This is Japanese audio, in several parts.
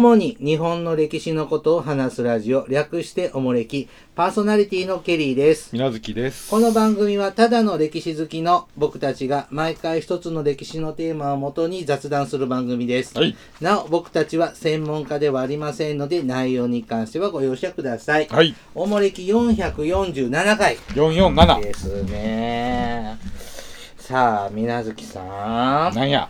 主に日本の歴史のことを話すラジオ、略しておもれき、パーソナリティのケリーです。 みなずきです。 この番組はただの歴史好きの僕たちが毎回一つの歴史のテーマをもとに雑談する番組です。 はい。 なお、僕たちは専門家ではありませんので、内容に関してはご容赦ください。 はい。 おもれき447回。 447。 ですね。さあ、みなずきさん。 なんや。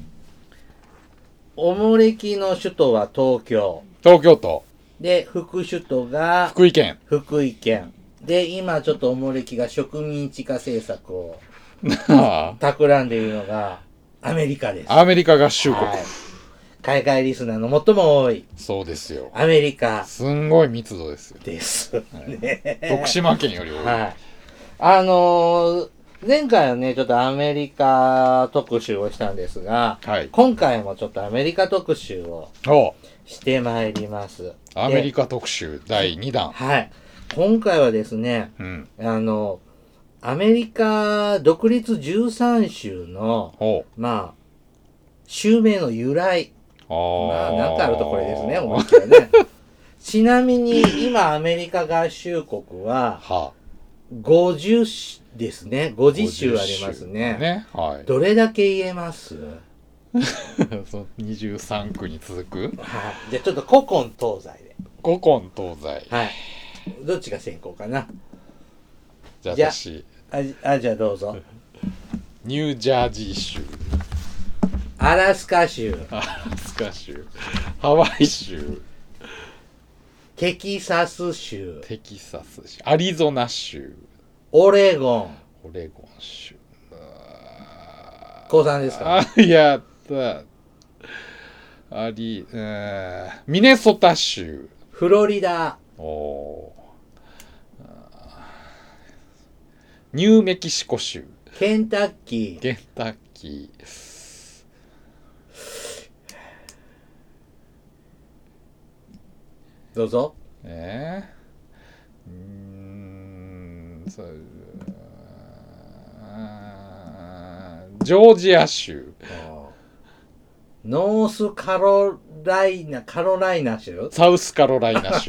おもれきの首都は東京。 東京都。 で、副首都が福井県。 福井県。で、今ちょっとおもれきが植民地化政策を企んでいるのがアメリカです。 アメリカ合衆国。 はい、海外リスナーの最も多い。 そうですよ。 アメリカ。 すんごい密度ですよ。 ですね。 徳島県より多い。 はい。前回はね、ちょっとアメリカ特集をしたんですが、 はい。 今回もちょっとアメリカ特集をおしてまいります。 アメリカ特集第2弾。 はい。今回はですね、 うん。 アメリカ独立13州の、まあ、州名の由来。まあ、なんかあるとこれですね、思いっきりね。ちなみに、今、アメリカ合衆国は、50ですね。50州ありますね。 ね。はい。 どれだけ言えますそう23区に続くはい。じゃあちょっと古今東西で。 古今東西。 はい。どっちが先行かな。 じゃあ私。 じゃあどうぞ。 ニュージャージー州。 アラスカ州。 アラスカ州。ハワイ州。 テキサス州。 テキサス州。アリゾナ州。 オレゴン。 オレゴン州。 高3ですか？ やった。ミネソタ州。 フロリダ。 ニューメキシコ州。 ケンタッキー。 ケンタッキー。 どうぞ。 ジョージア州。 ノースカロライナ州。 サウスカロライナ州。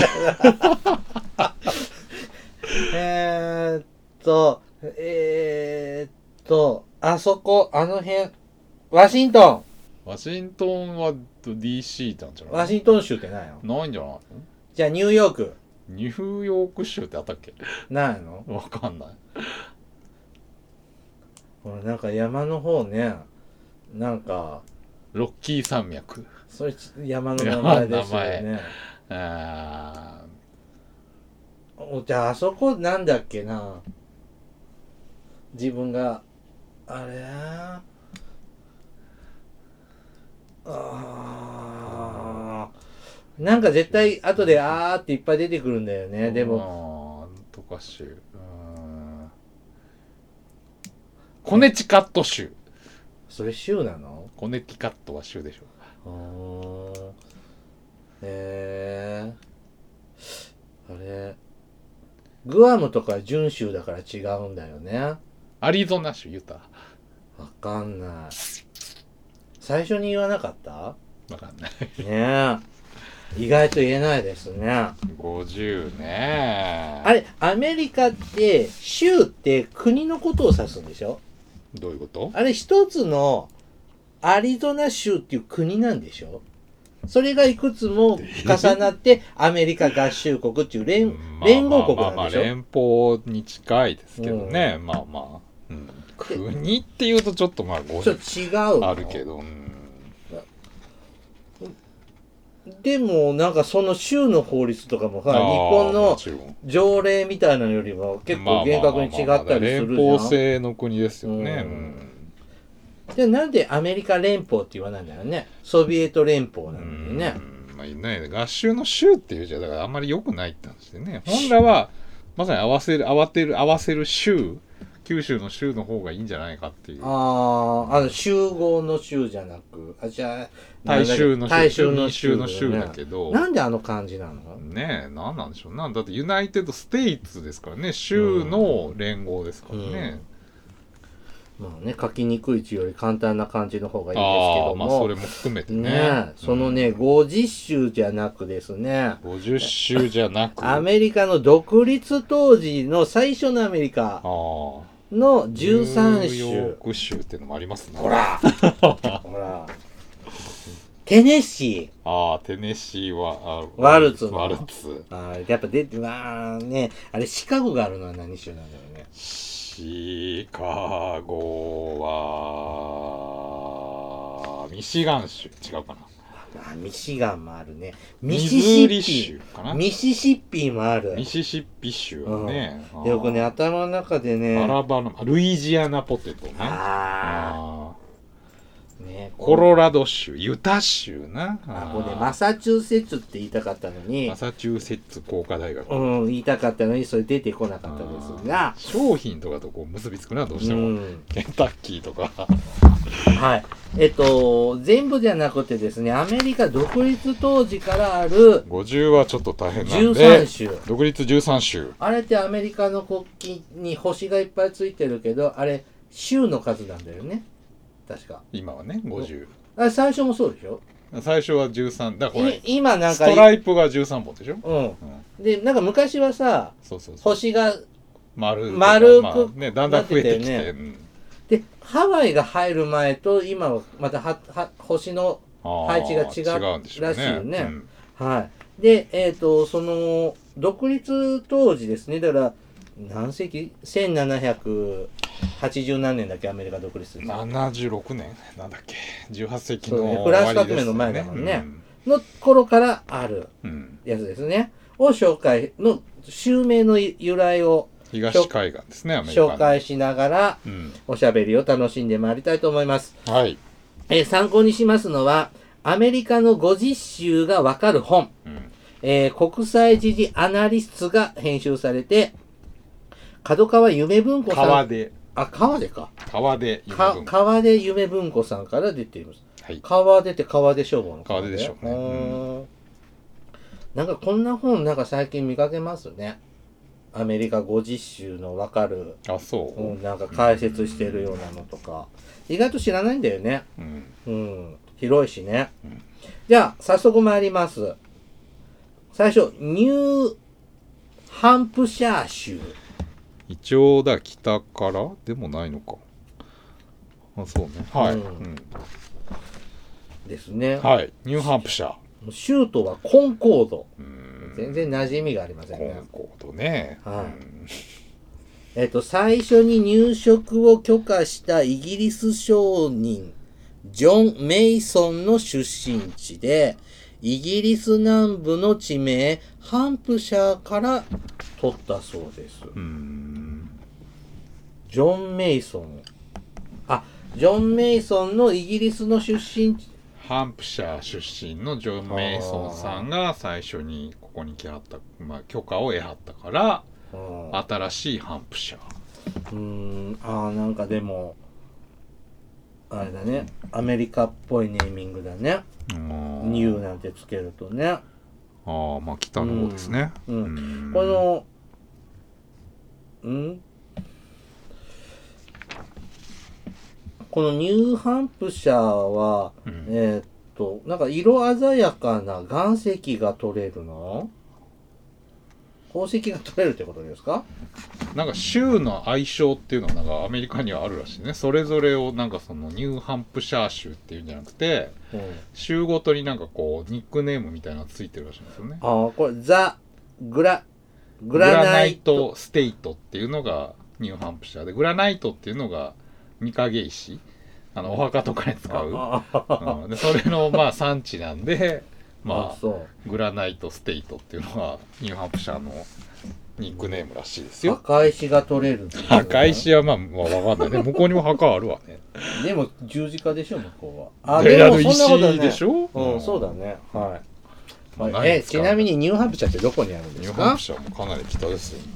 あそこ、あの辺、ワシントンは DC なんじゃない？ ワシントン州ってないの？ ないんじゃないの？ じゃあニューヨーク。 ニューヨーク州ってあったっけ？ ないの？ わかんない。 ほら、なんか山の方ね、なんかロッキー山脈。 それ山の名前ですよね。じゃああそこなんだっけな。自分があれなんか絶対後でっていっぱい出てくるんだよね。でもとか州。コネチカット州。 それ州なの？ コネティカットは州でしょ。あれグアムとか準州だから違うんだよね。 アリゾナ州言った？ わかんない。最初に言わなかった？わかんないねえ。意外と言えないですね。 50ね。 あれ、アメリカって州って国のことを指すんでしょ？ どういうこと？ あれ一つのアリゾナ州っていう国なんでしょ？それがいくつも重なってアメリカ合衆国っていう連合国なんでしょ？ 連邦に近いですけどね。国っていうとちょっとちょっと違うあるけど、 でもなんかその州の法律とかも日本の条例みたいなのよりも結構厳格に違ったりするじゃん。 連邦制の国ですよね。 じゃあなんでアメリカ連邦って言わないんだよね。ソビエト連邦なんでね。 合衆の州っていうじゃだからあんまり良くないって話でね。本来はまさに合わせる州、九州の州の方がいいんじゃないかっていう。 集合の州じゃなく、じゃあ大衆の州、 民衆の州だけど。 なんであの感じなの？ ねえ、なんなんでしょう。だってユナイテッドステイツですからね、州の連合ですからね。 まあね、書きにくい字より簡単な漢字の方がいいですけども、 それも含めてね。 そのね、50州じゃなくですね、 50州じゃなくアメリカの独立当時の最初のアメリカの13州。 ニューヨーク州っていうのもありますね。 ほらほら。テネシー。テネシーは、 ワルツ。やっぱ出て、まあね、あれシカゴがあるのは何州なんだろうね。 シカゴは、ミシガン州。違うかな。 ミシガンもあるね。 ミシシッピ州かな。 ミシシッピもある。 ミシシッピ州ね。 よくね、頭の中でね。 アラバマ、ルイジアナポテトね。 ね、 コロラド州、ユタ州な。 これマサチューセッツって言いたかったのに。 マサチューセッツ工科大学。 言いたかったのに、それ出てこなかったですが。 商品とかとこう結びつくな、どうしても。ケンタッキーとか。 はい。全部じゃなくてですね、アメリカ独立当時からある。 50はちょっと大変なんで。 13州。 独立13州。 あれってアメリカの国旗に星がいっぱいついてるけど、あれ、州の数なんだよね。確か今はね50。 最初もそうでしょ。 最初は13だから今なんかストライプが13本でしょ。 でなんか昔はさ、星が丸くねだんだん増えてきて、 でハワイが入る前と今はまた星の配置が違うらしいよね。はい。でその独立当時ですね、だから何世紀1780何年だっけアメリカ独立する 76年なんだっけ18世紀のフランス革命の前だもんね、の頃からあるやつですね、を紹介の州名の由来を東海岸ですねアメリカ紹介しながら、おしゃべりを楽しんでまいりたいと思います。 はい。 参考にしますのはアメリカの50州がわかる本、国際時事アナリストが編集されて角川夢文庫さん。川出か。 川出夢文庫さんから出ています。 はい、 川出って川出消防の川出でしょうね。 なんかこんな本なんか最近見かけますね。アメリカ50州の分かる。なんか解説してるようなのとか。意外と知らないんだよね。広いしね。じゃあ早速参ります。最初ニューハンプシャー州。 一応だ北からでもないのか。そうね。はい。 ですね。 はい。ニューハンプシャー。州都はコンコード。全然馴染みがありませんね。 コンコードね。 はい。最初に入植を許可したイギリス商人ジョン・メイソンの出身地で、イギリス南部の地名ハンプシャーから取ったそうです。ジョン・メイソン。ジョン・メイソンのイギリスの出身地。 ハンプシャー出身のジョン・メイソンさんが最初にここに来はった、許可を得はったから、新しいハンプシャー。なんかでも、あれだね、アメリカっぽいネーミングだね。ニューなんてつけるとね。 北の方ですね。 この、このニューハンプシャーは、なんか色鮮やかな岩石が取れるの？宝石が取れるってことですか？ なんか州の愛称っていうのがなんかアメリカにはあるらしいね。それぞれをなんかそのニューハンプシャー州っていうんじゃなくて、州ごとになんかこうニックネームみたいなのついてるらしいんですよね。 これザ・グラナイトステイトっていうのがニューハンプシャーで、グラナイトっていうのが御影石、お墓とかに使う、でそれの産地なんで、グラナイトステイトっていうのがニューハンプシャーのニックネームらしいですよ。 墓石が取れる。 墓石は分かんないね。向こうにも墓あるわね。 でも十字架でしょ向こうは。 でもそんなことでしょ。 そうだね。はい。ちなみにニューハンプシャーってどこにあるんですか？ ニューハンプシャーもかなり北ですよ。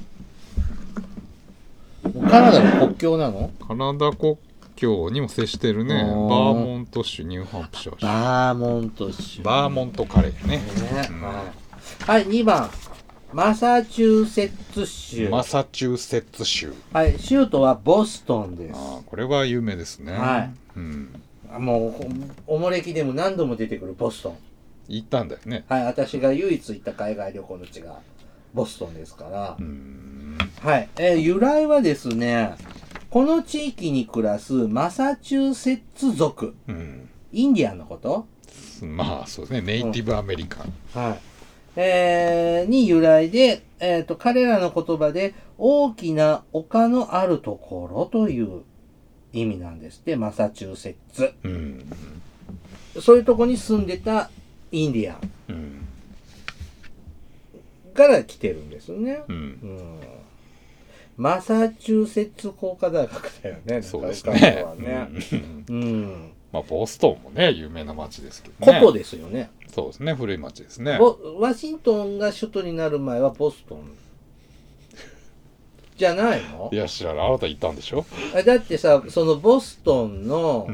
カナダの国境なの？ カナダ国境にも接してるね。バーモント州ニューハンプシャー州。 バーモント州。 バーモントカレーね。 はい、2番。 マサチューセッツ州。 マサチューセッツ州。 はい、州都はボストンです。 これは有名ですね。 はい。もうおもれきでも何度も出てくるボストン。 行ったんだよね。 はい、私が唯一行った海外旅行の地がボストンですから。はい、由来はですね、この地域に暮らすマサチューセッツ族、インディアンのこと？ まあそうですね、ネイティブアメリカン。 はい。に由来で、彼らの言葉で大きな丘のあるところという意味なんですって、マサチューセッツ。そういうとこに住んでたインディアン、から来てるんですね。マサチューセッツ工科大学だよね。 そうですね。まあボストンもね有名な街ですけどね。 古都ですよね。 そうですね、古い町ですね。 ワシントンが首都になる前はボストンじゃないの？ いや知らない、あなた行ったんでしょ。 だってさ、そのボストンの、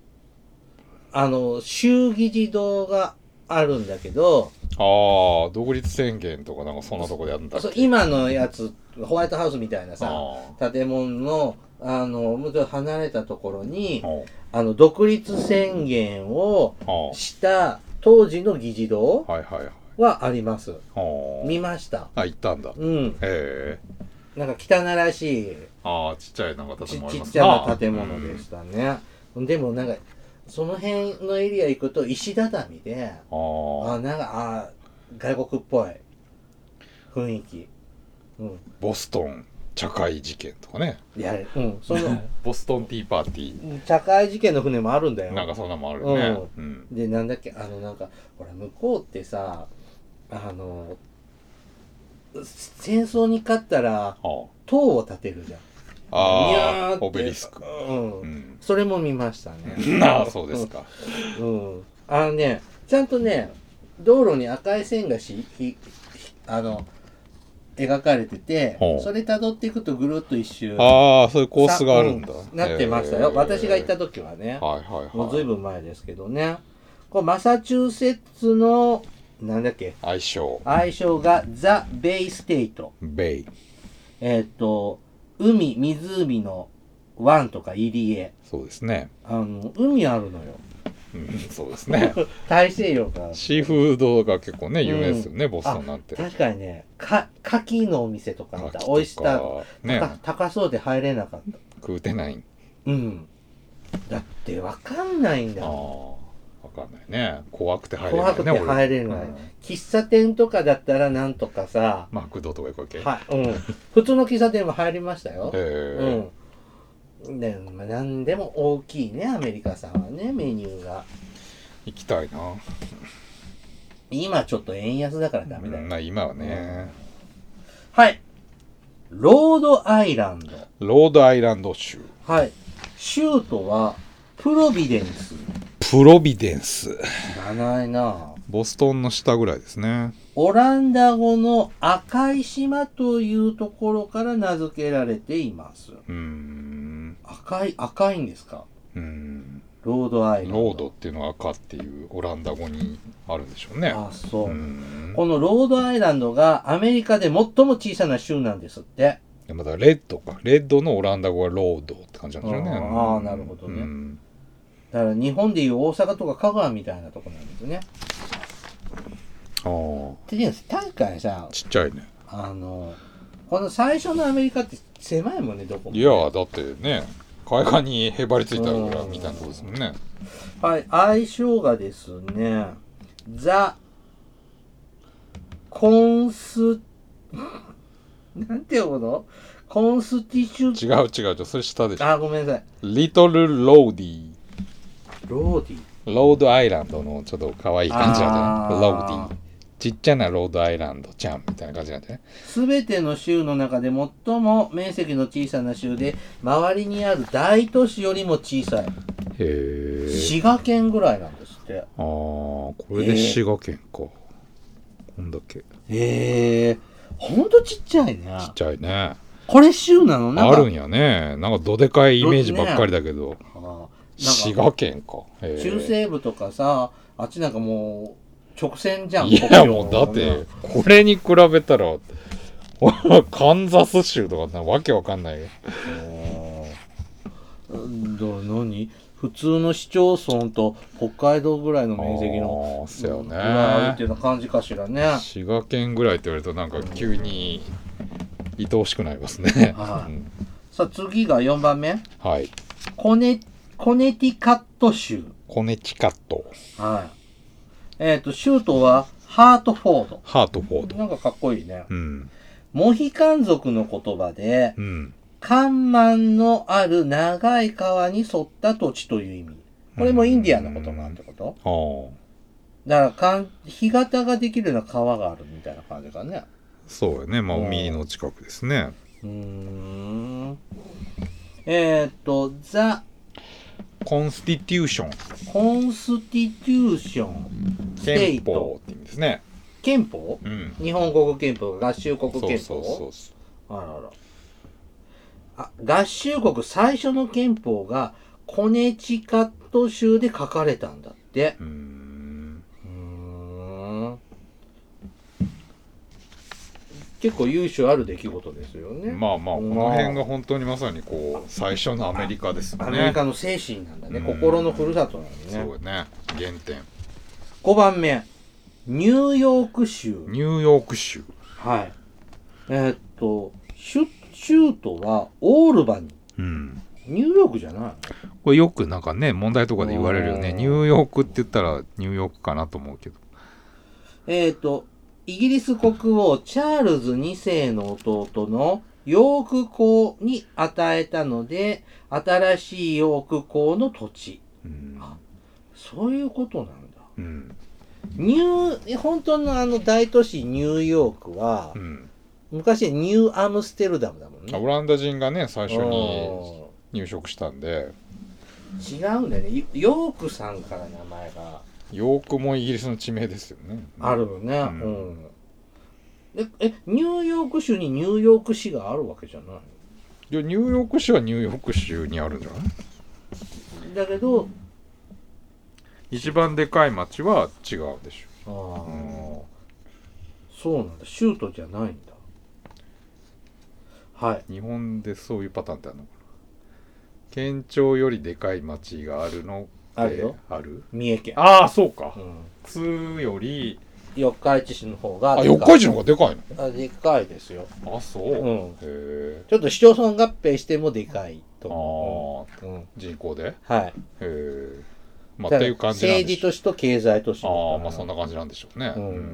州議事堂があるんだけど、 独立宣言とかなんかそんなとこでやるんだっけ。 今のやつホワイトハウスみたいなさ建物のもうちょっと離れたところに独立宣言をした当時の議事堂はあります。見ました。 行ったんだ。 なんか汚らしいちっちゃいなんか建物ありますね。 ちっちゃな建物でしたね。でもなんかその辺のエリア行くと石畳でなんか外国っぽい雰囲気。 ボストン茶会事件とかね。 そのボストンティーパーティー。 茶会事件の船もあるんだよ。 なんかそんなもんあるよね。 でなんだっけなんかほら向こうってさ戦争に勝ったら塔を建てるじゃん。 オベリスク。 それも見ましたね。 そうですか。 ちゃんとね道路に赤い線が描かれてて、それ辿っていくとぐるっと一周そういうコースがあるんだ。 なってましたよ。私が行った時はね。もうずいぶん前ですけどね。これマサチューセッツのなんだっけ愛称がザ・ベイ・ステイト。 ベイ。 湖の湾とか入り江。 そうですね。 海あるのよ。 そうですね。 大西洋から。 シーフードが結構ね有名ですよね、ボストンなんて。 確かにね、牡蠣のお店とか見た。オイスター高そうで入れなかった。 食うてない。 だって分かんないんだもん。分かんないね。怖くて入れない。 怖くて入れない。喫茶店とかだったらなんとかさ。 マクドとか行くわけ。 普通の喫茶店も入りましたよ。なんでも大きいね、アメリカさんはね、メニューが。 行きたいな。 今ちょっと円安だからダメだよ。 今はね。 はい。ロードアイランド。 ロードアイランド州。 はい。州都はプロビデンス。 プロビデンス。 知らないな。 ボストンの下ぐらいですね。 オランダ語の赤い島というところから名付けられています。赤いんですか？ロードアイランド。 ロードっていうのは赤っていうオランダ語にあるんでしょうね。 そう。このロードアイランドがアメリカで最も小さな州なんですって。 まだレッドか。レッドのオランダ語はロードって感じなんでしょうね。 なるほどね。だから日本でいう大阪とか香川みたいなとこなんですね。確かにさ、 ちっちゃいね。 この最初のアメリカって狭いもんね、どこも、ね。 いやだってね、海岸にへばりついたぐらいみたいなとこですもんね。 はい、愛称がですね、ザ・コンスなんて読むの？コンスティシュ。 違う、それ下でしょ。 ごめんなさい。 リトル・ローディ。 ローディ。 ロードアイランドのちょっと可愛い感じなんじゃない？ローディ。ちっちゃなロードアイランドちゃんみたいな感じなんじゃない？ すべての州の中で最も面積の小さな州で、周りにある大都市よりも小さい。滋賀県ぐらいなんですって。 これで滋賀県か。こんだけ。 ほんとちっちゃいね。 ちっちゃいね。 これ州なの？ あるんやね。なんかどでかいイメージばっかりだけど。滋賀県か。 中西部とかさ、あっちなんかもう直線じゃん。 いやもうだってこれに比べたらカンザス州とかわけわかんないよ。 何普通の市町村と北海道ぐらいの面積のそうよね。 あるっていうような感じかしらね。 滋賀県ぐらいって言われるとなんか急に愛おしくなりますね。 さあ次が4番目。 はい。 コネティカット州。 コネティカット。 はい。州都はハートフォード。 ハートフォード。 なんかかっこいいね。 うん。 モヒカン族の言葉で、 うん。 干満のある長い川に沿った土地という意味。これもインディアンの言葉ってこと？だから干潟ができるような川があるみたいな感じかね。 そうよね。まあ海の近くですね。 ザ・コンスティテューション。 コンスティテューション。 憲法って意味ですね。 憲法？ うん。 日本国憲法、合衆国憲法。 そう。 あらら。合衆国最初の憲法がコネチカット州で書かれたんだって。結構由緒ある出来事ですよね。 まあこの辺が本当にまさにこう最初のアメリカですよね。 アメリカの精神なんだね。心のふるさとなんだね。 そうね。原点。 5番目。ニューヨーク州。 ニューヨーク州。 はい。州都はオールバニー。ニューヨークじゃない？ これよくなんかね問題とかで言われるよね。ニューヨークって言ったらニューヨークかなと思うけど。 イギリス国王チャールズ2世の弟のヨーク公に与えたので、新しいヨーク公の土地。そういうことなんだ。本当の大都市ニューヨークは、昔ニューアムステルダムだもんね。 オランダ人がね最初に入植したんで。 違うんだよね。ヨークさんから名前が。 ヨークもイギリスの地名ですよね。 あるよね。ニューヨーク州にニューヨーク市があるわけじゃない？ いや、ニューヨーク市はニューヨーク州にあるんじゃない？ だけど一番でかい町は違うでしょ。そうなんだ。州都じゃないんだ。はい。 日本でそういうパターンってあるのかな。県庁よりでかい町があるのあるよ。 ある？ 三重県。 ああ、そうか。津より四日市市の方が。 四日市の方がでかいの？でかいですよ。 あ、そう。 へえ。ちょっと市町村合併してもでかいと思う。人口で？ はい。 へえ。まあっていう感じなんでしょう。 政治都市と経済都市。 まあそんな感じなんでしょうね。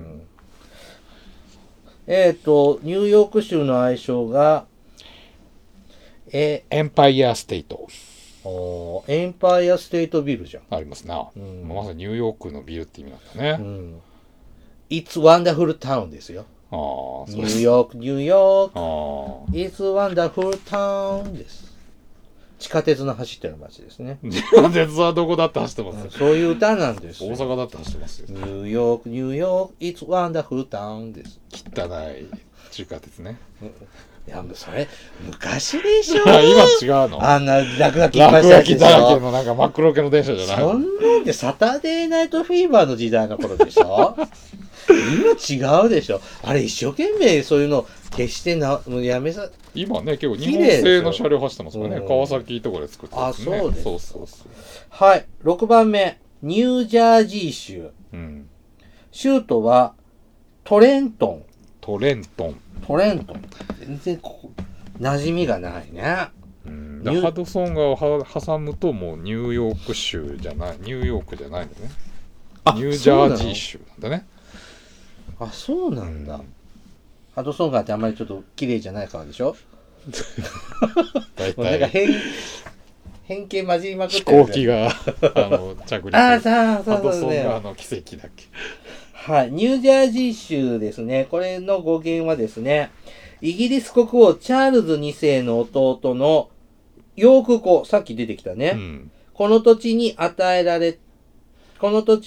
ニューヨーク州の愛称がエンパイアステイト。 エンパイアステートビルじゃん。 ありますな。まさにニューヨークのビルって意味なんだね。 It's Wonderful Town ですよ。ニューヨーク、ニューヨーク。It's Wonderful Town です。地下鉄の走ってる街ですね。 地下鉄はどこだって走ってますよ。 そういう歌なんですよ。 大阪だって走ってますよ。 ニューヨーク、ニューヨーク、It's Wonderful Town です。 汚い地下鉄ね。 いや、もうそれ、昔でしょ？ 今違うの？ あんな落書きいっぱいしたやつでしょ？ 落書きだらけのなんか真っ黒系の電車じゃない？ そんなんでサタデーナイトフィーバーの時代の頃でしょ？今違うでしょ？あれ一生懸命そういうの消してもうやめさ。 今ね、結構日本製の車両走ってますからね。川崎とかで作ってますね。 そうです。 そう。 はい、6番目。ニュージャージー州。州都はトレントン。全然馴染みがないね。 ハドソン川を挟むともうニューヨーク州じゃない、ニューヨークじゃないんだね。ニュージャージー州なんだね。 あ、そうなんだ。ハドソン川ってあんまりちょっと綺麗じゃない川でしょ？大体なんか変形混じりまくってる、飛行機が着陸。 ハドソン川の奇跡だっけ。 はい。ニュージャージー州ですね。これの語源はですね、イギリス国王チャールズ2世の弟のヨーク公、さっき出てきたね。この土地を与えられ、ヨ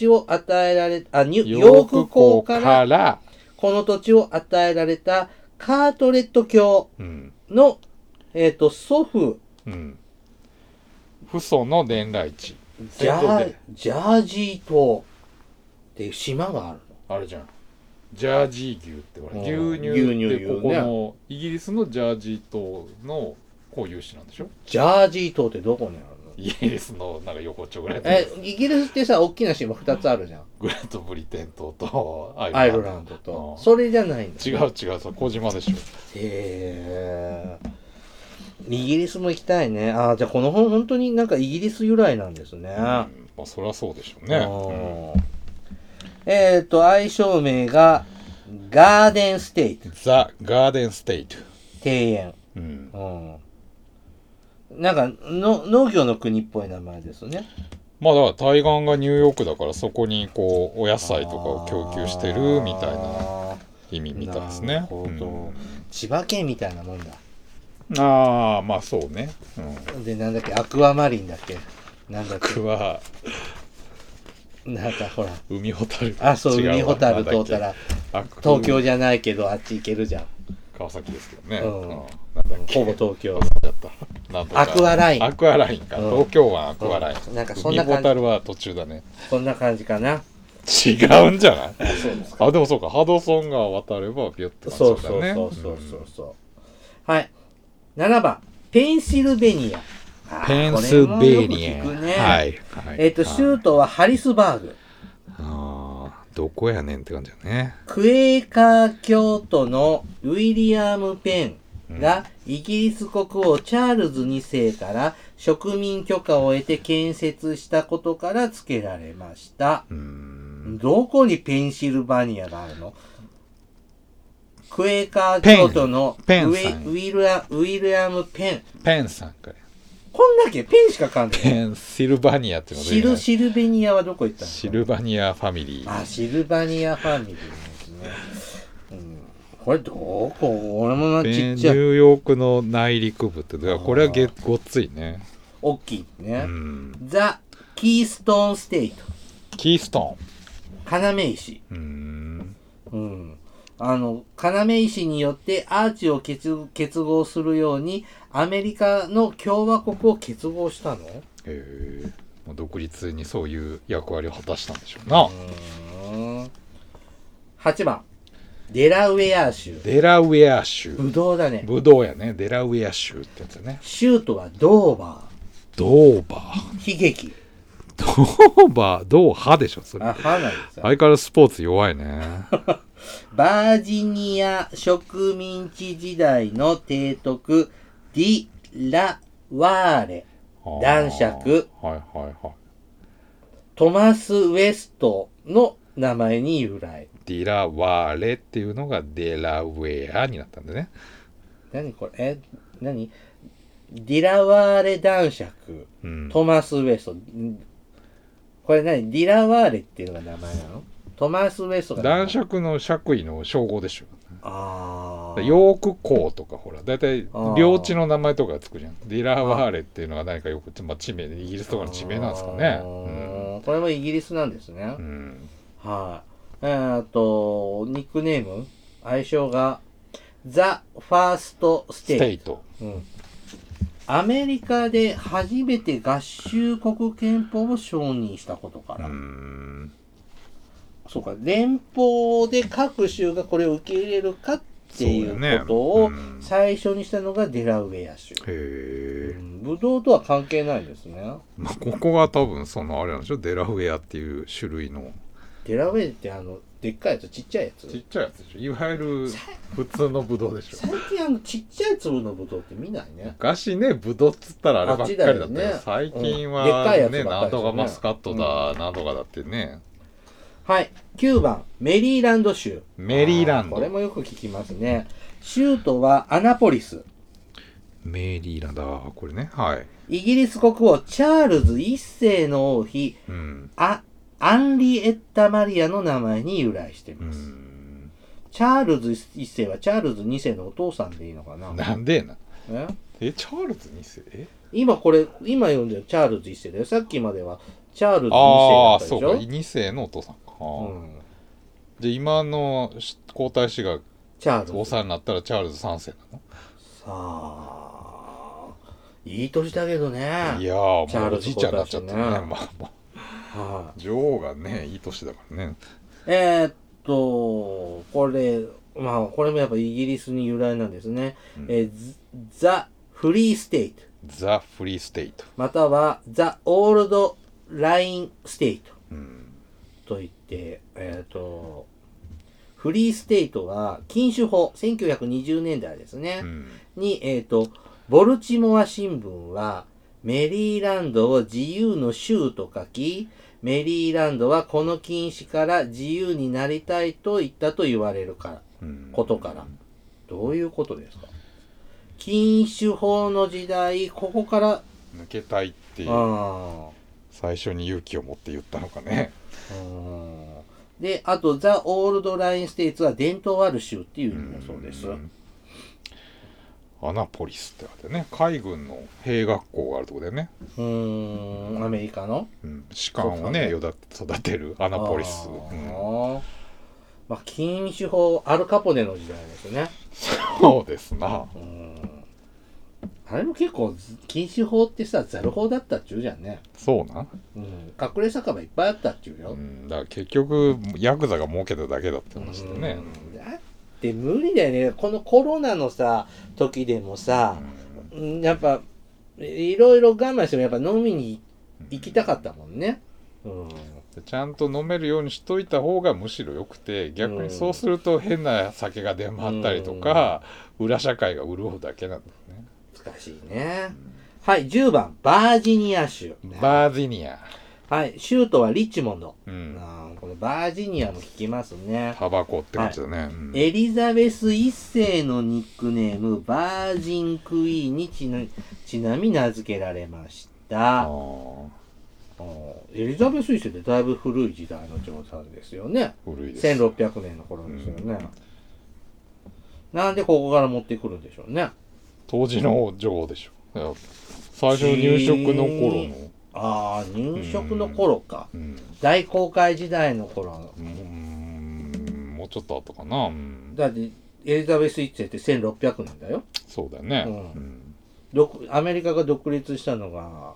ーク公からこの土地を与えられたカートレット教の、祖父、 父祖の伝来地。 ジャージー島っていう島があるの。 あれじゃん、ジャージー牛ってほら、牛乳ってここのイギリスのジャージー島の固有種なんでしょ。 ジャージー島ってどこにあるの？ イギリスのなんか横っちょぐらい。 イギリスってさ、大きな島2つあるじゃん。 グレートブリテン島とアイルランドと、それじゃないんだ、 ね、違うそう、小島でしょ。 へえ。イギリスも行きたいね。じゃあこの本本当になんかイギリス由来なんですね。 まあそりゃそうでしょうね。 愛称名がガーデンステイト。 ザ・ガーデンステイト。 庭園。なんか農業の国っぽい名前ですね。 まあだから対岸がニューヨークだからそこにこうお野菜とかを供給してるみたいな意味みたいですね。なるほど。 千葉県みたいなもんだ。 まあそうね。 でなんだっけ、アクアマリンだっけ、なんだっけ。 アクアなんかほら。 海ホタル。 そう、海ホタル通ったら東京じゃないけどあっち行けるじゃん。 川崎ですけどね。 なんだっけ、ほぼ東京。アクアライン。 アクアラインか。東京湾アクアライン。 なんかそんな感じ。 海ホタルは途中だね。 そんな感じかな。 違うんじゃない？そうですか。でもそうか、ハドソン川渡ればビュッて感じだね。 そう。はい。7番、ペンシルベニア。 ペンシルベニア。はい。 州都はハリスバーグ。 どこやねんって感じだね。 クエーカー教徒のウィリアム・ペンがイギリス国王チャールズ2世から植民許可を得て建設したことから付けられました。どこにペンシルバニアがあるの？クエーカー教徒のウィリアム・ペン。 ペンさんかい。 こんだけペンしか噛んでない。 ペンシルバニアってのがシルベニアはどこ行ったの？ シルバニアファミリー。 シルバニアファミリーですね。これどこ？俺もちっちゃい。 ニューヨークの内陸部って、これはごっついね。 大きいね。ザ・キーストーンステイト。 キーストーン。要石。要石によってアーチを結合するようにアメリカの共和国を結合したの？ 独立にそういう役割を果たしたんでしょうな。 8番、デラウェア州。 デラウェア州。 ブドウだね。 ブドウやね。デラウェア州ってやつね。 州都はドーバー。 ドーバー。 悲劇。 ドーバー、ドーハでしょそれ。 ハなんですよ。 相変わらずスポーツ弱いね。 バージニア植民地時代の提督ディ・ラ・ワーレ男爵、トマス・ウェストの名前に由来。 ディラ・ワーレっていうのがデラウェアになったんだね。 何これ？何？ディラ・ワーレ男爵、トマス・ウェスト。これ何？ディラ・ワーレっていうのが名前なの？トマス・ウェストが男爵の爵位の称号でしょ。ヨーク公とかほらだいたい領地の名前とかつくじゃん。ディラワーレっていうのが何かよく、地名でイギリスとかの地名なんですかね。 これもイギリスなんですね。はい。ニックネーム愛称がザ・ファースト・ステイト。アメリカで初めて合衆国憲法を承認したことから。そうか、連邦で各州がこれを受け入れるかっていうことを最初にしたのがデラウェア州。ブドウとは関係ないですね。 ここが多分あれなんでしょ。デラウェアっていう種類の。 デラウェアってでっかいやつ、ちっちゃいやつ。 ちっちゃいやつでしょ。いわゆる普通のブドウでしょ。 最近ちっちゃい粒のブドウって見ないね。 昔ね、ブドウっつったらあればっかりだったよ。最近はね、なんとかマスカットだ、なんとかだってね。 はい。9番、メリーランド州。 メリーランド。 これもよく聞きますね。州都はアナポリス。 メリーランド、これね。はい。 イギリス国王チャールズ1世の王妃、アンリエッタ・マリアの名前に由来しています。チャールズ1世はチャールズ2世のお父さんでいいのかな？ なんでな。チャールズ2世？今読んでるチャールズ1世だよ。さっきまではチャールズ2世だったでしょ。 そうか、2世のお父さんか。で、今の皇太子がお世話になったらチャールズ3世なの？ さあ、いい年だけどね。 いやもうおじいちゃんになっちゃったね。女王がね、いい年だからね。 これもやっぱイギリスに由来なんですね。ザ・フリーステイト。 ザ・フリーステイト。 またはザ・オールド・ライン・ステイト。といって、フリーステイトは禁酒法、1920年代ですね。に、ボルチモア新聞は、メリーランドを自由の州と書き、メリーランドはこの禁止から自由になりたいと言ったと言われることから。どういうことですか？禁酒法の時代、ここから抜けたいっていう、最初に勇気を持って言ったのかね。 で、あと、ザ・オールド・ライン・ステイツは伝統ある州っていう意味だそうです。 アナポリスってあってね、海軍の兵学校があるところでね。 アメリカの、 士官をね、育てるアナポリス。 禁酒法、アルカポネの時代ですね。 そうですな。 あれも結構、禁酒法ってさ、ザル法だったっちゅうじゃんね。 そうな。 隠れ酒場いっぱいあったっちゅうよ。 だから結局、ヤクザが儲けただけだって話でね。 だって無理だよね。このコロナのさ、時でもさ、やっぱ、いろいろ我慢してもやっぱ飲みに行きたかったもんね。 ちゃんと飲めるようにしといた方がむしろ良くて、逆にそうすると変な酒が出回ったりとか、裏社会が潤うだけなんですね。 難しいね。はい、10番、バージニア州。 バージニア。 はい、州都はリッチモンド。このバージニアも聞きますね。 タバコって感じだね。 エリザベス一世のニックネーム、バージンクイーンにちなみ名付けられました。エリザベス一世ってだいぶ古い時代の女王さんですよね。 古いです。 1600年の頃ですよね。なんでここから持ってくるんでしょうね。 当時の女王でしょ。最初の入植の頃の。 入植の頃か。大航海時代の頃。 もうちょっと後かな。 だってエリザベス一世って1600年だよ。 そうだよね。 アメリカが独立したのが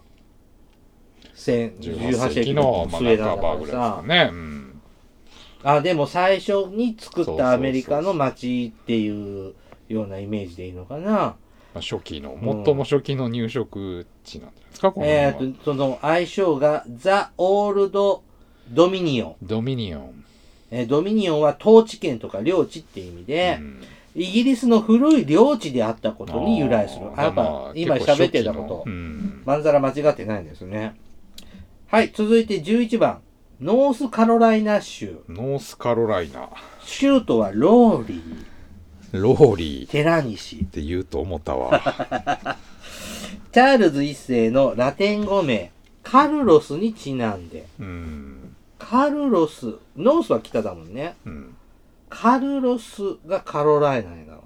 18世紀の末だからさ。でも最初に作ったアメリカの町っていうようなイメージでいいのかな。 初期の、最も初期の入植地なんじゃないですか、このその愛称がザ・オールド・ドミニオン。 ドミニオン。 ドミニオンは統治権とか領地って意味で、イギリスの古い領地であったことに由来する。やっぱ今喋ってたこと、まんざら間違ってないんですね。はい、続いて11番。ノースカロライナ州。 ノースカロライナ。 州都はローリー。 ローリー。 寺西。 って言うと思ったわ。 チャールズ一世のラテン語名、カルロスにちなんで。カルロス、ノースは北だもんね。カルロスがカロライナにな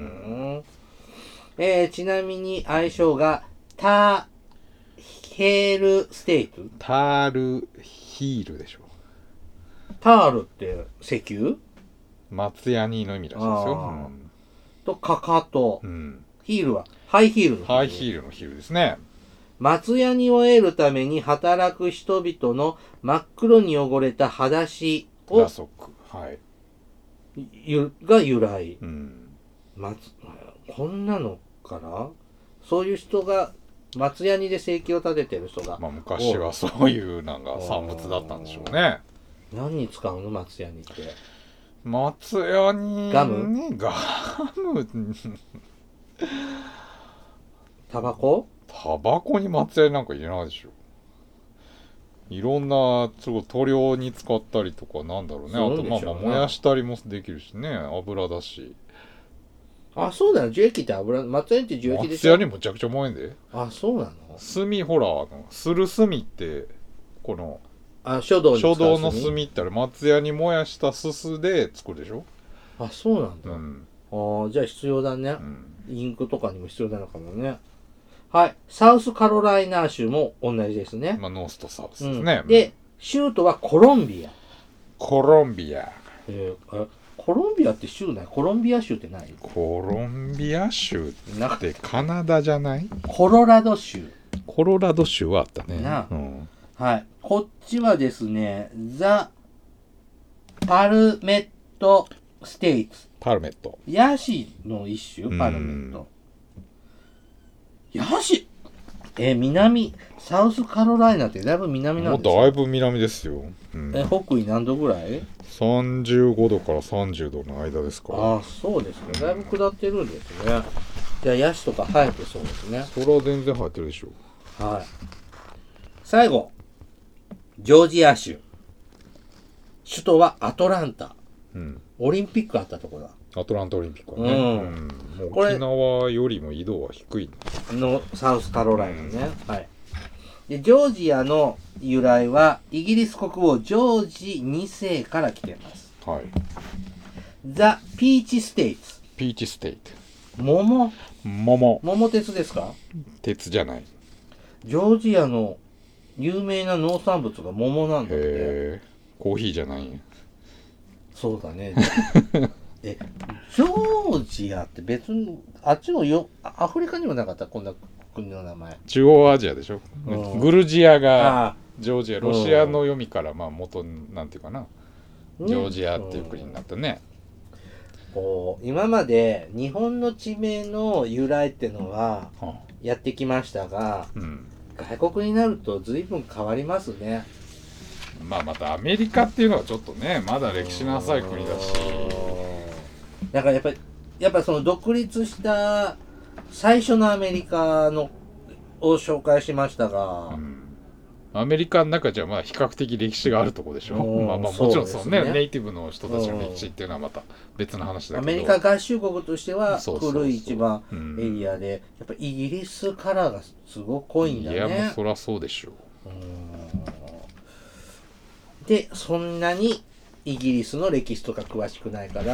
る。ちなみに愛称がターヘールステイト。 タールヒールでしょ。 タールって石油？ 松ヤニの意味らしいですよ。 とかかと、ヒールはハイヒールのハイヒールのヒールですね。 松ヤニを得るために働く人々の真っ黒に汚れた裸足をが由来。こんなのからそういう人が松ヤニで生計を立ててる人が、 昔はそういうなんか産物だったんでしょうね。 何に使うの松ヤニって？ 松ヤニガムタバコに松ヤニなんか入れないでしょ。いろんな塗料に使ったりとかなんだろうね。あと燃やしたりもできるしね。油だし。 そうだよ。樹液って油、松ヤニって樹液でしょ。 松ヤニむちゃくちゃ燃えんで。 そうなの？ 炭、ほらする炭ってこの書道の炭ってあれ松ヤニ燃やしたすすで作るでしょ。 そうなんだ。じゃあ必要だね。インクとかにも必要なのかもね。はい。サウスカロライナ州も同じですね。 ノースとサウスですね。 で、州都はコロンビア。 コロンビア。 コロンビアって州ない？コロンビア州ってない？ コロンビア州ってカナダじゃない？ コロラド州。 コロラド州はあったね。 はい。こっちはですね、タパルメットステイツ。 パルメット。 ヤシの一種、パルメット。ヤシ南、サウスカロライナってだいぶ南なんですか？ もうだいぶ南ですよ。 北緯何度ぐらい？ 35 度から30度の間ですから。 ああ、そうですね。だいぶ下ってるんですね。じゃあ、ヤシとか生えてそうですね。 それは全然生えてるでしょう。はい。最後、ジョージア州。首都はアトランタ。オリンピックあったところだ。 アトランタオリンピックはね。もう沖縄よりも緯度は低いのサウスカロライナね。はい。で、ジョージアの由来はイギリス国王ジョージ2世から来ています。 はい。 ザ・ピーチステイツ。 ピーチステイト。 桃鉄ですか？ 鉄じゃない。 ジョージアの有名な農産物が桃なんだって。 コーヒーじゃないんや。 そうだね。ジョージアって別にあっちのアフリカにもなかった？こんな国の名前。 中央アジアでしょ。グルジアがジョージア、ロシアの読みからまあ元なんていうかな、ジョージアっていう国になったね。 今まで日本の地名の由来ってのはやってきましたが、外国になると随分変わりますね。 まあまたアメリカっていうのはちょっとね、まだ歴史の浅い国だし、 だからやっぱその独立した最初のアメリカのを紹介しましたが、 アメリカの中じゃまあ比較的歴史があるところでしょ。まあもちろんそうね、ネイティブの人たちの歴史っていうのはまた別の話だけど、 アメリカ合衆国としては古い一番エリアで、やっぱイギリスカラーがすごく濃いんだね。 いやもうそりゃそうでしょう。 でそんなにイギリスの歴史とか詳しくないから。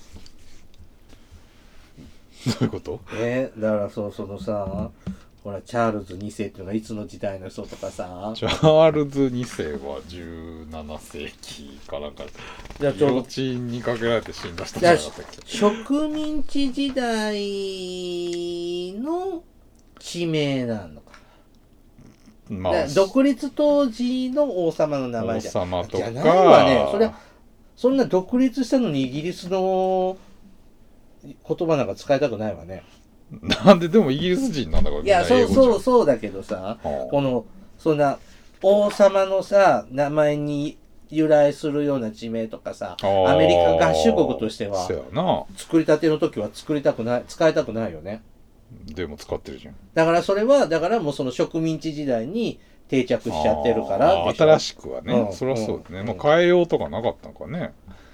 どういうこと？ だからそのさ、ほらチャールズ2世っていうのがいつの時代の人とかさ。 チャールズ2世は17世紀かなんかギロチンにかけられて死んだ人じゃなかったっけ？ 植民地時代の地名なのか。まあ、独立当時の王様の名前じゃないわね。それはそんな独立したのにイギリスの言葉なんか使いたくないわね。 なんででもイギリス人なんだから。 いやそうだけどさ、そんな王様のさ名前に由来するような地名とかさ、アメリカ合衆国としては作りたての時は使いたくないよね。 でも使ってるじゃん。 だからそれはもうその植民地時代に定着しちゃってるからでしょ。 新しくはね、そりゃそうだね。まあ変えようとかなかったのかね。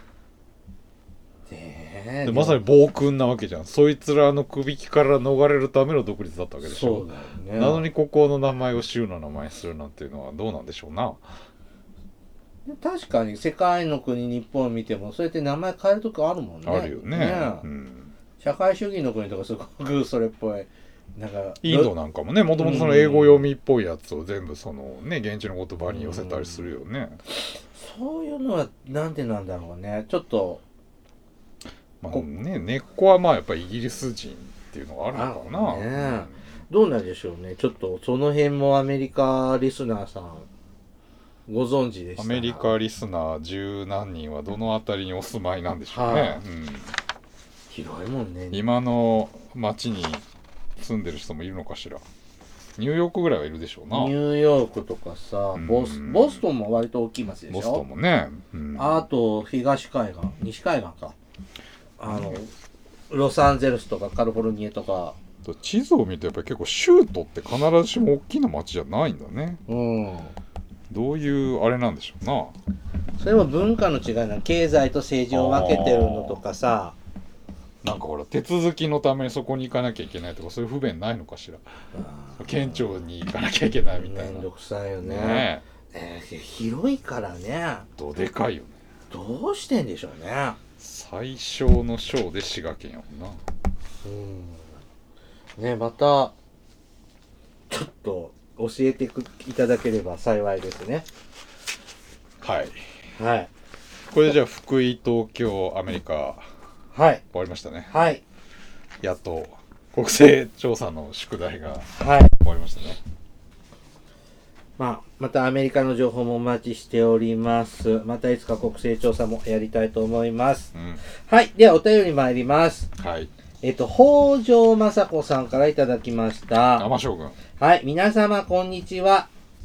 でまさに暴君なわけじゃん。そいつらの首引きから逃れるための独立だったわけでしょ。 そうだよね。 なのにここの名前を州の名前にするなんていうのはどうなんでしょうな。 確かに世界の国日本を見てもそうやって名前変えるとこあるもんね。 あるよね。 社会主義の国とかすごくそれっぽい。なんかインドなんかもね、もともとその英語読みっぽいやつを全部そのね現地の言葉に寄せたりするよね。 そういうのはなんでなんだろうね。ちょっとまあね、根っこはまあやっぱりイギリス人っていうのがあるのかな。 ね、どうなんでしょうね。ちょっとその辺もアメリカリスナーさんご存知でした？ アメリカリスナー十何人はどのあたりにお住まいなんでしょうね。 広いもんね。 今の町に住んでる人もいるのかしら。ニューヨークぐらいはいるでしょうな。 ニューヨークとかさ、ボストンも割と大きい町でしょ。 ボストンもね。 あと東海岸、西海岸か。ロサンゼルスとかカリフォルニアとか。 地図を見るとやっぱり結構州都って必ずしも大きな町じゃないんだね。どういうあれなんでしょうな。 それも文化の違いな、経済と政治を分けてるのとかさ。 なんかほら手続きのためにそこに行かなきゃいけないとかそういう不便ないのかしら。県庁に行かなきゃいけないみたいな。 めんどくさいよね。広いからね。 でかいよね。 どうしてんでしょうね。 最小の小で滋賀県やもんな。ね、またちょっと教えていただければ幸いですね。 はい。 はい。 これでじゃあ福井、東京、アメリカ。 はい。 終わりましたね。 はい。 やっと国勢調査の宿題が終わりましたね。 まあまたアメリカの情報もお待ちしております。またいつか国勢調査もやりたいと思います。はい。ではお便り参ります。 はい。 北条雅子さんからいただきました。 生将軍。 はい。皆様こんにちは。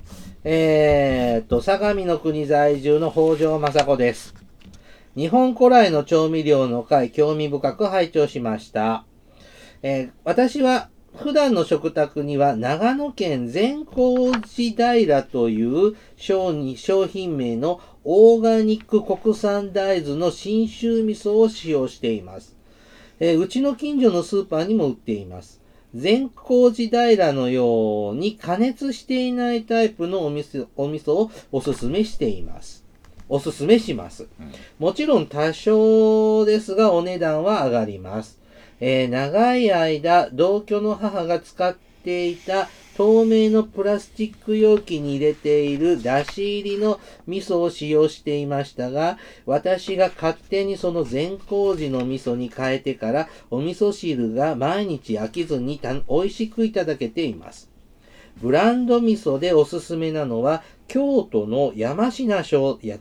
相模の国在住の北条雅子です。日本古来の調味料の会、興味深く拝聴しました。私は普段の食卓には長野県善光寺平という商品名のオーガニック国産大豆の信州味噌を使用しています。うちの近所のスーパーにも売っています。善光寺平のように加熱していないタイプのお味噌をおすすめします。もちろん多少ですがお値段は上がります。長い間同居の母が使っていた透明のプラスチック容器に入れているだし入りの味噌を使用していましたが、私が勝手にその善光寺の味噌に変えてからお味噌汁が毎日飽きずに美味しくいただけています。ブランド味噌でおすすめなのは京都の山里商店、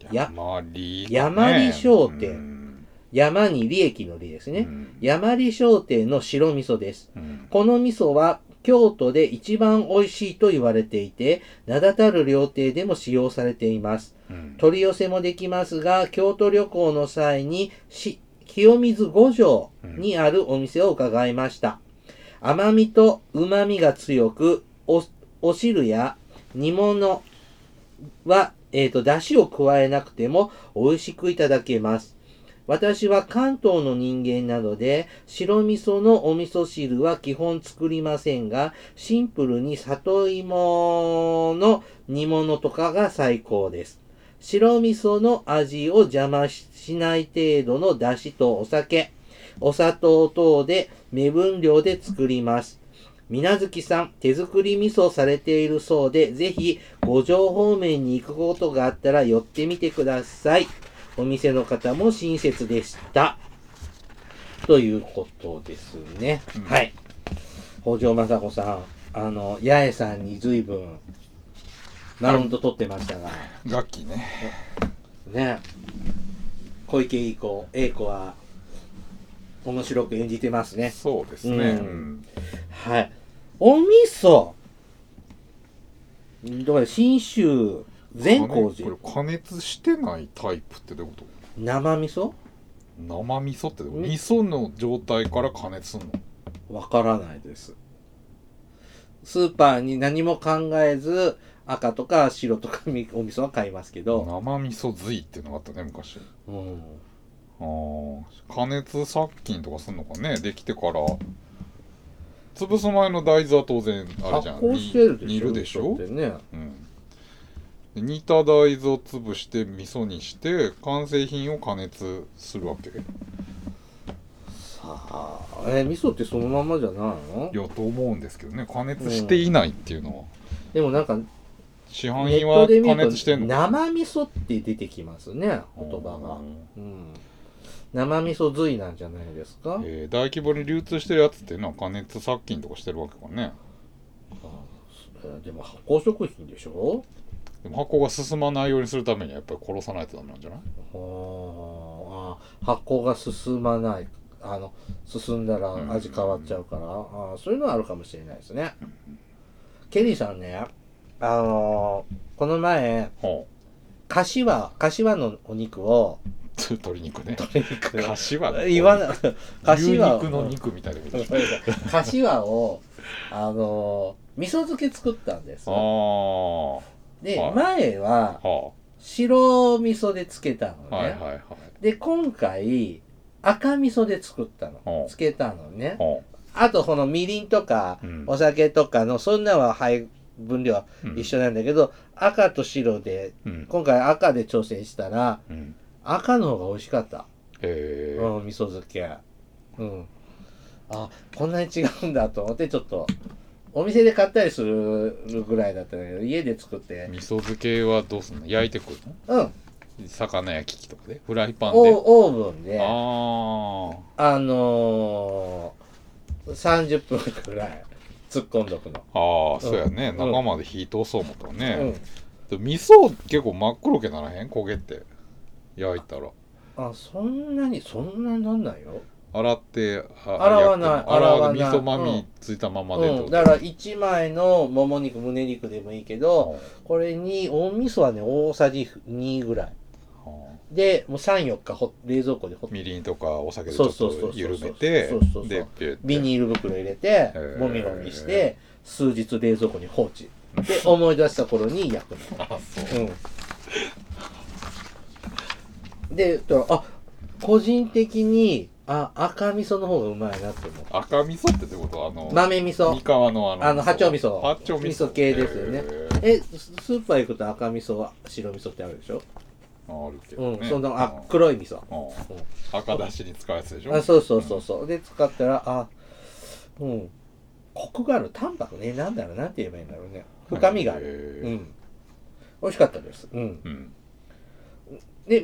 山に利益の利ですね。山里商店の白味噌です。この味噌は京都で一番美味しいと言われていて、名だたる料亭でも使用されています。取り寄せもできますが、京都旅行の際に清水五条にあるお店を伺いました。甘みと旨みが強く、お汁や煮物は、出汁を加えなくても美味しくいただけます。私は関東の人間なので、白味噌のお味噌汁は基本作りませんが、シンプルに里芋の煮物とかが最高です。白味噌の味を邪魔しない程度の出汁とお酒、お砂糖等で目分量で作ります。水無月さん、手作り味噌されているそうで、ぜひ五条方面に行くことがあったら寄ってみてください。お店の方も親切でした。ということですね。はい。北条雅子さん、八重さんに随分、マウント取ってましたが。 楽器ね。 ね。小池栄子は、面白く演じてますね。 そうですね。 はい。お味噌。だから信州善光寺。 これ加熱してないタイプってどういうこと？ 生味噌？ 生味噌ってどういうこと？味噌の状態から加熱すんの？ わからないです。スーパーに何も考えず赤とか白とかお味噌は買いますけど。 生味噌髄っていうのがあったね昔。加熱殺菌とかすんのかね。できてから潰す前の大豆は当然あれじゃん。煮るでしょ。 ね。 煮た大豆を潰して味噌にして完成品を加熱するわけ。 さあ、味噌ってそのままじゃないの？ いやと思うんですけどね。加熱していないっていうのは。 でもなんか市販品は加熱してんの？ 生味噌って出てきますね、言葉が。生味噌髄なんじゃないですか？ 大規模に流通してるやつっていうのは加熱殺菌とかしてるわけかね。 でも発酵食品でしょ？ でも発酵が進まないようにするためにはやっぱり殺さないとダメなんじゃない？ 発酵が進まない。進んだら味変わっちゃうから、そういうのはあるかもしれないですね。ケリーさんね、この前、柏のお肉を鶏肉ね。 柏の言わない。 牛肉の肉みたいなこと。 柏を味噌漬け作ったんです。で、前は白味噌で漬けたのね。で、今回赤味噌で作ったの。漬けたのね。あとこのみりんとかお酒とかのそんなは分量は一緒なんだけど、赤と白で今回赤で挑戦したら赤の方が美味しかった。味噌漬け。こんなに違うんだと思ってちょっとお店で買ったりするぐらいだったんだけど、家で作って。 味噌漬けはどうすんの？焼いてくるの？魚焼き器とかで？フライパンで？ オーブンで。30分くらい。 突っ込んどくの。 ああ、そうやね、中まで火通そう思ったらね、で味噌結構真っ黒けならへん、焦げて焼いたら。 そんなになんないよ。 洗って洗わない味噌まみついたままで、 だから1枚のもも肉胸肉でもいいけど、これにお味噌はね大さじ2ぐらいでもう 3,4 日冷蔵庫でみりんとかお酒でちょっと緩めて、 でビニール袋入れてもみもみして数日冷蔵庫に放置で思い出した頃に焼くの。で個人的に赤味噌の方がうまいなって思う。 赤味噌ってどういうこと？ 豆味噌。 三河の八丁味噌。 八丁味噌系ですよね。スーパー行くと赤味噌、白味噌ってあるでしょ？ あるけどね。 その黒い味噌。 赤だしに使うやつでしょ？ そう。で使ったらコクがある、淡白ね、なんて言えばいいんだろうね。深みがある。美味しかったです。で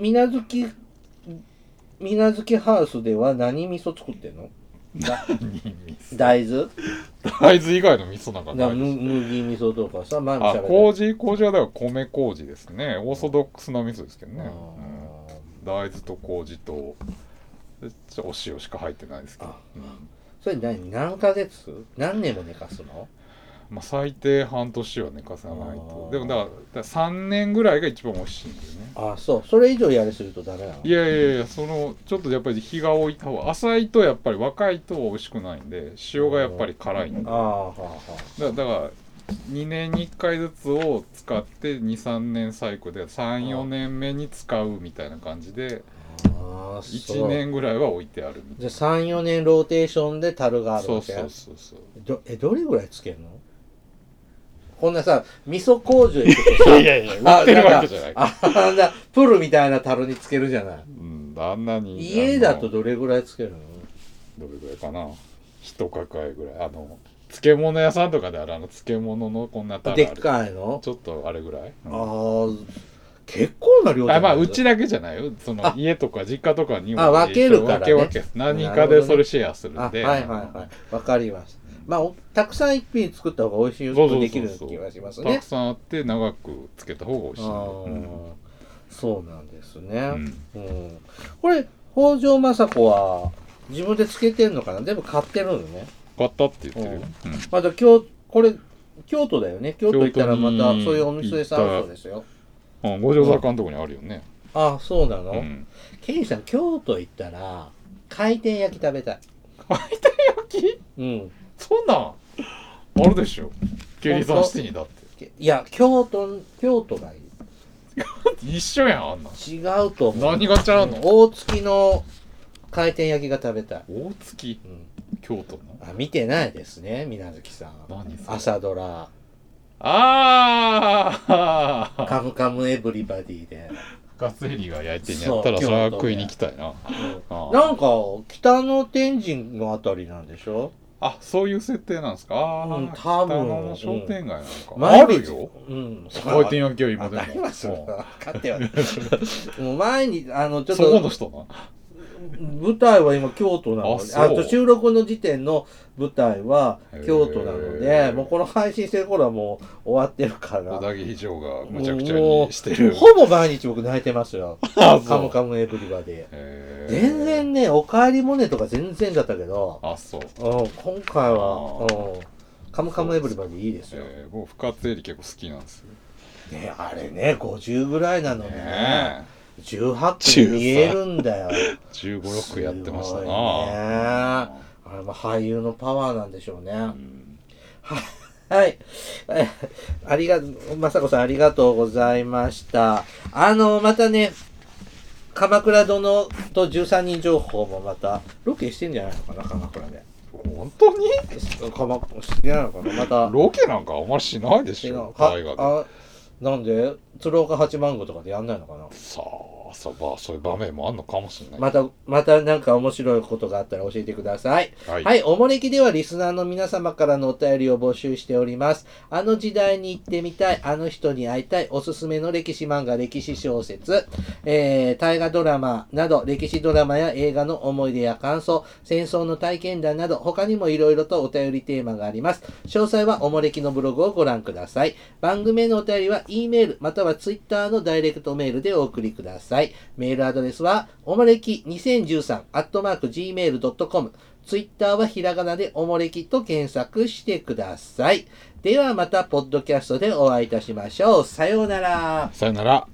水無月ハウスでは何味噌作ってんの？大豆以外の味噌なんかないです。 麦味噌とかさ、前も麹はだから米麹ですね。オーソドックスな味噌ですけどね。大豆と麹とお塩しか入ってないですけど。 それ何ヶ月何年も寝かすの？ 最低半年は寝かさないと。でもだから3年ぐらいが一番美味しいんだよね。 それ以上やりするとダメなの？ いやちょっとやっぱり日が置いた方が、浅いとやっぱり若いと美味しくないんで、塩がやっぱり辛いんで、だから2年に1回ずつを使って2、3年サイクルで3、4年目に使うみたいな感じで1年ぐらいは置いてあるみたいな。 じゃあ3、4年ローテーションで樽があるわけ？ そうどれぐらいつけるの？こんなさ、味噌工場行くとさ、 いや売ってるわけじゃない。 あんなプルみたいな樽につけるじゃない。 あんなに。 家だとどれぐらいつけるの？ どれぐらいかな。一抱えぐらい。漬物屋さんとかである漬物のこんな樽。 でっかいの？ ちょっとあれぐらい。 結構な量じゃない？ うちだけじゃないよ。家とか実家とかにも分けるからね。 何かでそれシェアするんで。 わかります。たくさん一品作った方が美味しいよくできる気がしますね。 たくさんあって長くつけた方が美味しい。 そうなんですね。これ北条政子は自分でつけてんのかな？全部買ってるのね。 買ったって言ってるよ。 またこれ京都だよね。京都行ったらまたそういうお店さんそうですよ。 五条坂のとこにあるよね。 そうなの？ケリーさん京都行ったら回転焼き食べたい。 回転焼き？そんなんあるでしょ。ケリーさんシティにだって。 いや京都がいい。 一緒やん、あんな。 違うと思う。 何がちゃうの？ 大月の回転焼きが食べたい。 大月？京都の？ 見てないですね、水無月さん。朝ドラ。カムカムエブリバディで。 ガスエリが焼いてんやったらそれは食いに行きたいな。 なんか北野天神のあたりなんでしょ？ そういう設定なんですか？ 多分。 北野の商店街なんか。あるよ。回転焼きは今でも。 ありますよ。分かってはもう前にちょっと。 そこの人な。 舞台は今京都なので、収録の時点の舞台は京都なので、もうこの配信してる頃はもう終わってるから。 小田切城がむちゃくちゃにしてる。 ほぼ毎日僕泣いてますよ。カムカムエブリバディ。全然ね、おかえりモネとか全然だったけど、今回は、カムカムエブリバディいいですよ。 僕深津絵里結構好きなんですよ。 ね、あれね、50ぐらいなのにね。18分見えるんだよ。 15、6やってましたな。 あれも俳優のパワーなんでしょうね。はい。雅子さんありがとうございました。またね、鎌倉殿と13人情報もまたロケしてんじゃないのかな、鎌倉で。 本当に？ してないのかな、また。 ロケなんかあんまりしないでしょ、大河で。 なんで鶴岡八幡宮とかでやんないのかな。 さあそういう場面もあるのかもしれない。 またなんか面白いことがあったら教えてください。はい。おもれきではリスナーの皆様からのお便りを募集しております。あの時代に行ってみたい、あの人に会いたい、おすすめの歴史漫画、歴史小説、大河ドラマなど、歴史ドラマや映画の思い出や感想、戦争の体験談など、他にもいろいろとお便りテーマがあります。詳細はおもれきのブログをご覧ください。番組へのお便りは E メールまたは Twitter のダイレクトメールでお送りください。メールアドレスはおもれき2013@gmail.com、 Twitter はひらがなでおもれきと検索してください。ではまたポッドキャストでお会いいたしましょう。さようなら。 さようなら。